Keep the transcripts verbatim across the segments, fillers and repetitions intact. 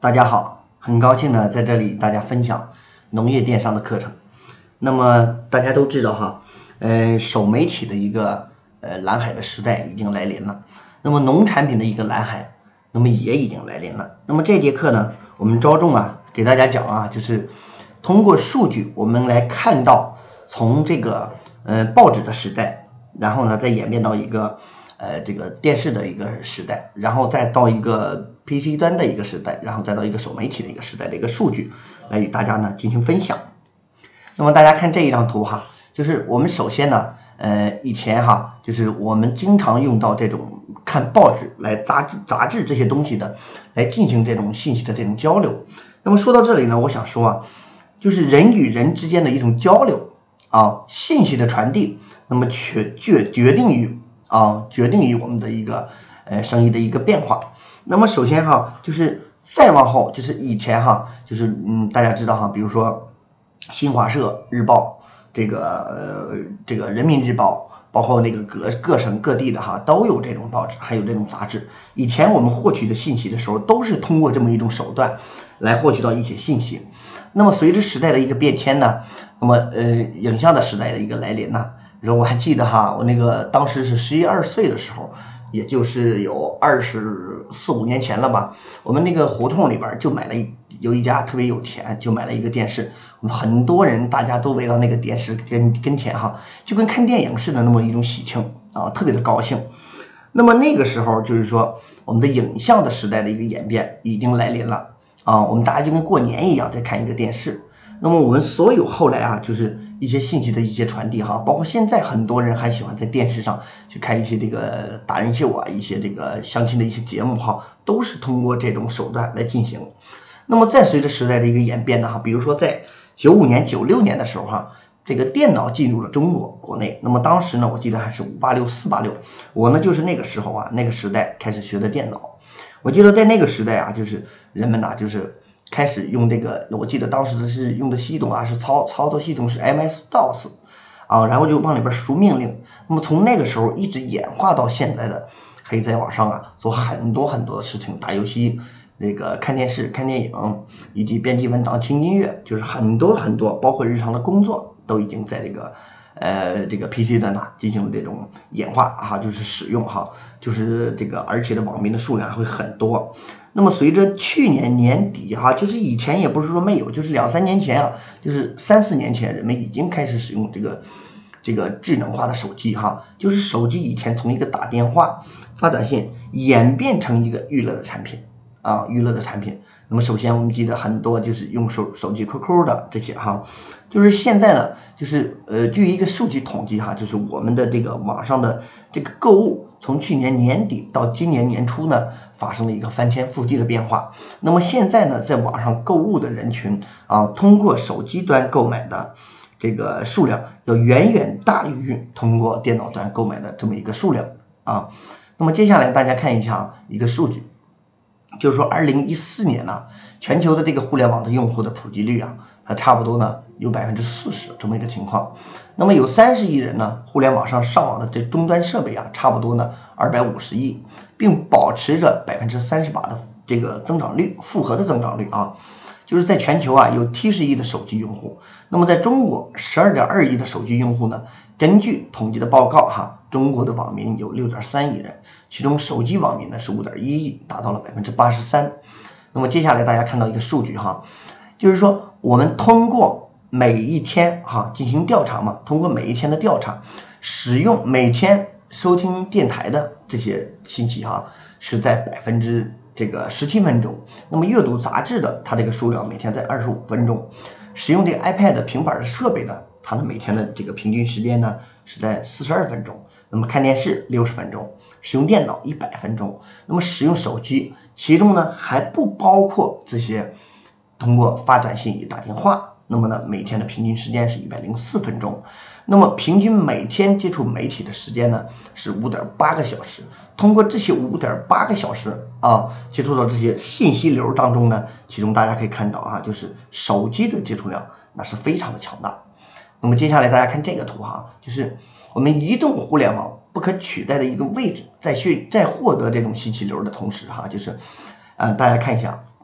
大家好，很高兴呢在这里大家分享农业电商的课程。那么大家都知道哈，呃，手媒体的一个呃蓝海的时代已经来临了，那么农产品的一个蓝海，那么也已经来临了。那么这节课呢，我们着重啊给大家讲啊，就是通过数据我们来看到从这个呃报纸的时代，然后呢再演变到一个呃这个电视的一个时代，然后再到一个 P C 端的一个时代，然后再到一个手媒体的一个时代的一个数据来与大家呢进行分享。那么大家看这一张图哈，就是我们首先呢呃以前哈就是我们经常用到这种看报纸来杂志杂志这些东西的来进行这种信息的这种交流。那么说到这里呢，我想说啊，就是人与人之间的一种交流啊，信息的传递，那么决决决定于啊决定于我们的一个呃生意的一个变化。那么首先哈，就是再往后，就是以前哈，就是嗯大家知道哈，比如说新华社、日报，这个呃这个人民日报，包括那个各各省各地的哈都有这种报纸，还有这种杂志。以前我们获取的信息的时候，都是通过这么一种手段来获取到一些信息。那么随着时代的一个变迁呢，那么呃影像的时代的一个来临呢，然后我还记得哈，我那个当时是十一二岁的时候，也就是有二十四五年前了吧，我们那个胡同里边就买了一有一家特别有钱，就买了一个电视，我们很多人大家都围到那个电视跟跟前哈，就跟看电影似的那么一种喜庆啊，特别的高兴。那么那个时候就是说我们的影像的时代的一个演变已经来临了啊，我们大家就跟过年一样在看一个电视。那么我们所有后来啊，就是一些信息的一些传递哈，包括现在很多人还喜欢在电视上去看一些这个达人秀啊，一些这个相亲的一些节目哈，都是通过这种手段来进行。那么再随着时代的一个演变呢哈，比如说在九五年、九六年的时候哈，这个电脑进入了中国国内。那么当时呢，我记得还是五八六、四八六，我呢就是那个时候啊，那个时代开始学的电脑。我记得在那个时代啊，就是人们呐，就是开始用这个，我记得当时是用的系统啊，是操操作系统是 M S DOS 啊，然后就往里边输命令。那么从那个时候一直演化到现在的，可以在网上啊做很多很多的事情，打游戏、那个看电视、看电影，以及编辑文档、听音乐，就是很多很多，包括日常的工作都已经在这个呃这个 P C 端呢进行了这种演化哈，就是使用哈，就是这个而且的网民的数量会很多。那么随着去年年底哈，就是以前也不是说没有，就是两三年前啊，就是三四年前，人们已经开始使用这个这个智能化的手机哈，就是手机以前从一个打电话、发短信演变成一个娱乐的产品啊，娱乐的产品。那么首先我们记得很多就是用手手机 Q Q 的这些哈，就是现在呢，就是呃，据一个数据统计哈，就是我们的这个网上的这个购物，从去年年底到今年年初呢，发生了一个翻天覆地的变化。那么现在呢，在网上购物的人群啊，通过手机端购买的这个数量，要远远大于通过电脑端购买的这么一个数量啊。那么接下来大家看一下一个数据。就是说二零一四年呢，全球的这个互联网的用户的普及率啊，它差不多呢有 百分之四十 这么一个情况。那么有三十亿人呢，互联网上上网的这终端设备啊，差不多呢二百五十亿，并保持着 百分之三十八 的这个增长率，复合的增长率啊。就是在全球啊有七十亿的手机用户，那么在中国 十二点二亿的手机用户呢，根据统计的报告哈，中国的网民有 六点三亿人，其中手机网民呢是 五点一亿，达到了 百分之八十三。那么接下来大家看到一个数据哈，就是说我们通过每一天哈进行调查嘛，通过每一天的调查，使用每天收听电台的这些信息哈，是在百分之这个十七分钟。那么阅读杂志的它这个数量每天在二十五分钟，使用这个 iPad 平板的设备的，它的每天的这个平均时间呢是在四十二分钟。那么看电视六十分钟，使用电脑一百分钟。那么使用手机，其中呢还不包括这些通过发短信与打电话。那么呢每天的平均时间是一百零四分钟。那么平均每天接触媒体的时间呢是 五点八个小时。通过这些 五点八个小时啊接触到这些信息流当中呢，其中大家可以看到啊，就是手机的接触量那是非常的强大。那么接下来大家看这个图哈，就是我们移动互联网不可取代的一个位置，在去在获得这种信息流的同时哈，就是呃大家看一下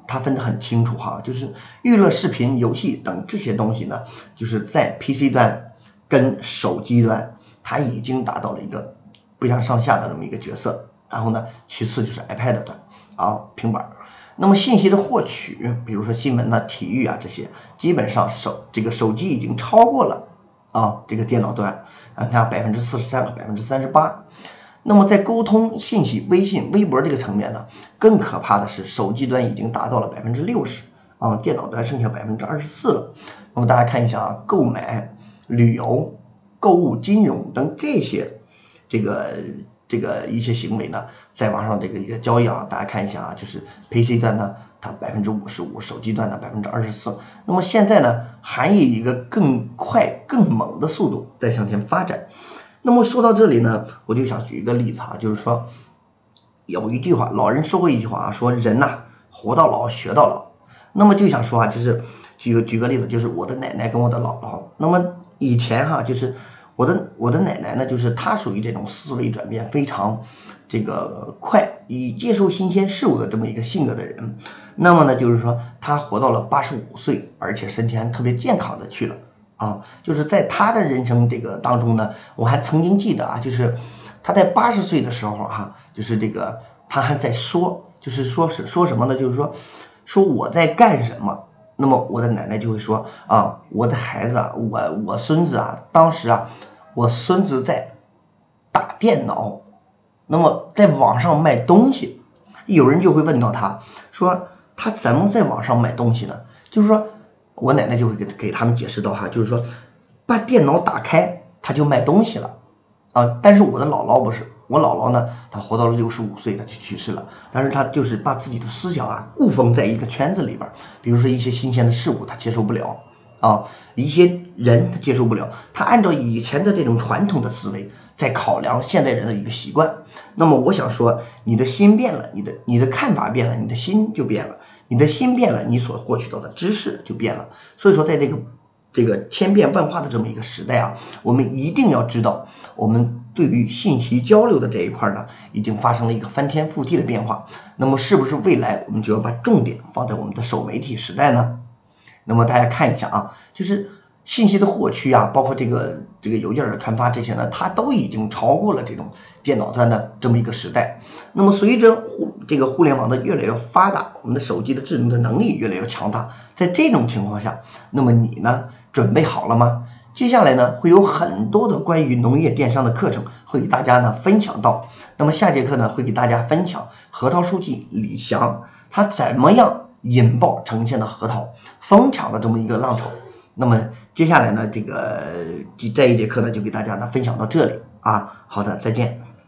它分得很清楚哈，就是娱乐视频、游戏等这些东西呢，就是在 P C 端跟手机端，它已经达到了一个不相上下的这么一个角色。然后呢，其次就是 iPad 端啊，平板。那么信息的获取，比如说新闻啊、体育啊这些，基本上手这个手机已经超过了啊这个电脑端，啊，你看百分之四十三和百分之三十八。那么在沟通信息、微信、微博这个层面呢，更可怕的是手机端已经达到了百分之六十啊，电脑端剩下百分之二十四了。那么大家看一下啊，购买、旅游、购物、金融等这些这个这个一些行为呢，在网上这个一个交易啊，大家看一下啊，就是 P C 端呢它百分之五十五，手机端呢百分之二十四。那么现在呢，还以一个更快、更猛的速度在向前发展。那么说到这里呢，我就想举一个例子啊，就是说有一句话，老人说过一句话啊，说人呐、啊，活到老学到老。那么就想说啊，就是举个举个例子，就是我的奶奶跟我的姥姥。那么以前哈、啊，就是我的我的奶奶呢，就是她属于这种思维转变非常这个快，以接受新鲜事物的这么一个性格的人。那么呢，就是说她活到了八十五岁，而且身体还特别健康的去了。啊，就是在他的人生这个当中呢，我还曾经记得啊，就是他在八十岁的时候哈、啊，就是这个他还在说，就是说是说什么呢？就是说说我在干什么。那么我的奶奶就会说啊，我的孩子啊，我我孙子啊，当时啊，我孙子在打电脑，那么在网上卖东西。有人就会问到他说，他怎么在网上卖东西呢？就是说。我奶奶就会给给他们解释到哈，就是说把电脑打开他就卖东西了啊。但是我的姥姥不是，我姥姥呢，她活到了六十五岁，她就去世了。但是她就是把自己的思想啊固封在一个圈子里边，比如说一些新鲜的事物她接受不了啊，一些人她接受不了，她按照以前的这种传统的思维在考量现代人的一个习惯。那么我想说，你的心变了，你的你的看法变了，你的心就变了。你的心变了，你所获取到的知识就变了。所以说，在这个这个千变万化的这么一个时代啊，我们一定要知道，我们对于信息交流的这一块呢，已经发生了一个翻天覆地的变化。那么，是不是未来我们就要把重点放在我们的手媒体时代呢？那么大家看一下啊，就是信息的获取啊，包括这个这个邮件的传发这些呢，它都已经超过了这种电脑端的这么一个时代。那么随着互这个互联网的越来越发达，我们的手机的智能的能力越来越强大，在这种情况下，那么你呢准备好了吗？接下来呢会有很多的关于农业电商的课程会给大家呢分享到。那么下节课呢会给大家分享核桃书记李翔他怎么样引爆呈现的核桃疯抢的这么一个浪潮。那么接下来呢，这个这一节课呢，就给大家呢分享到这里啊。好的，再见。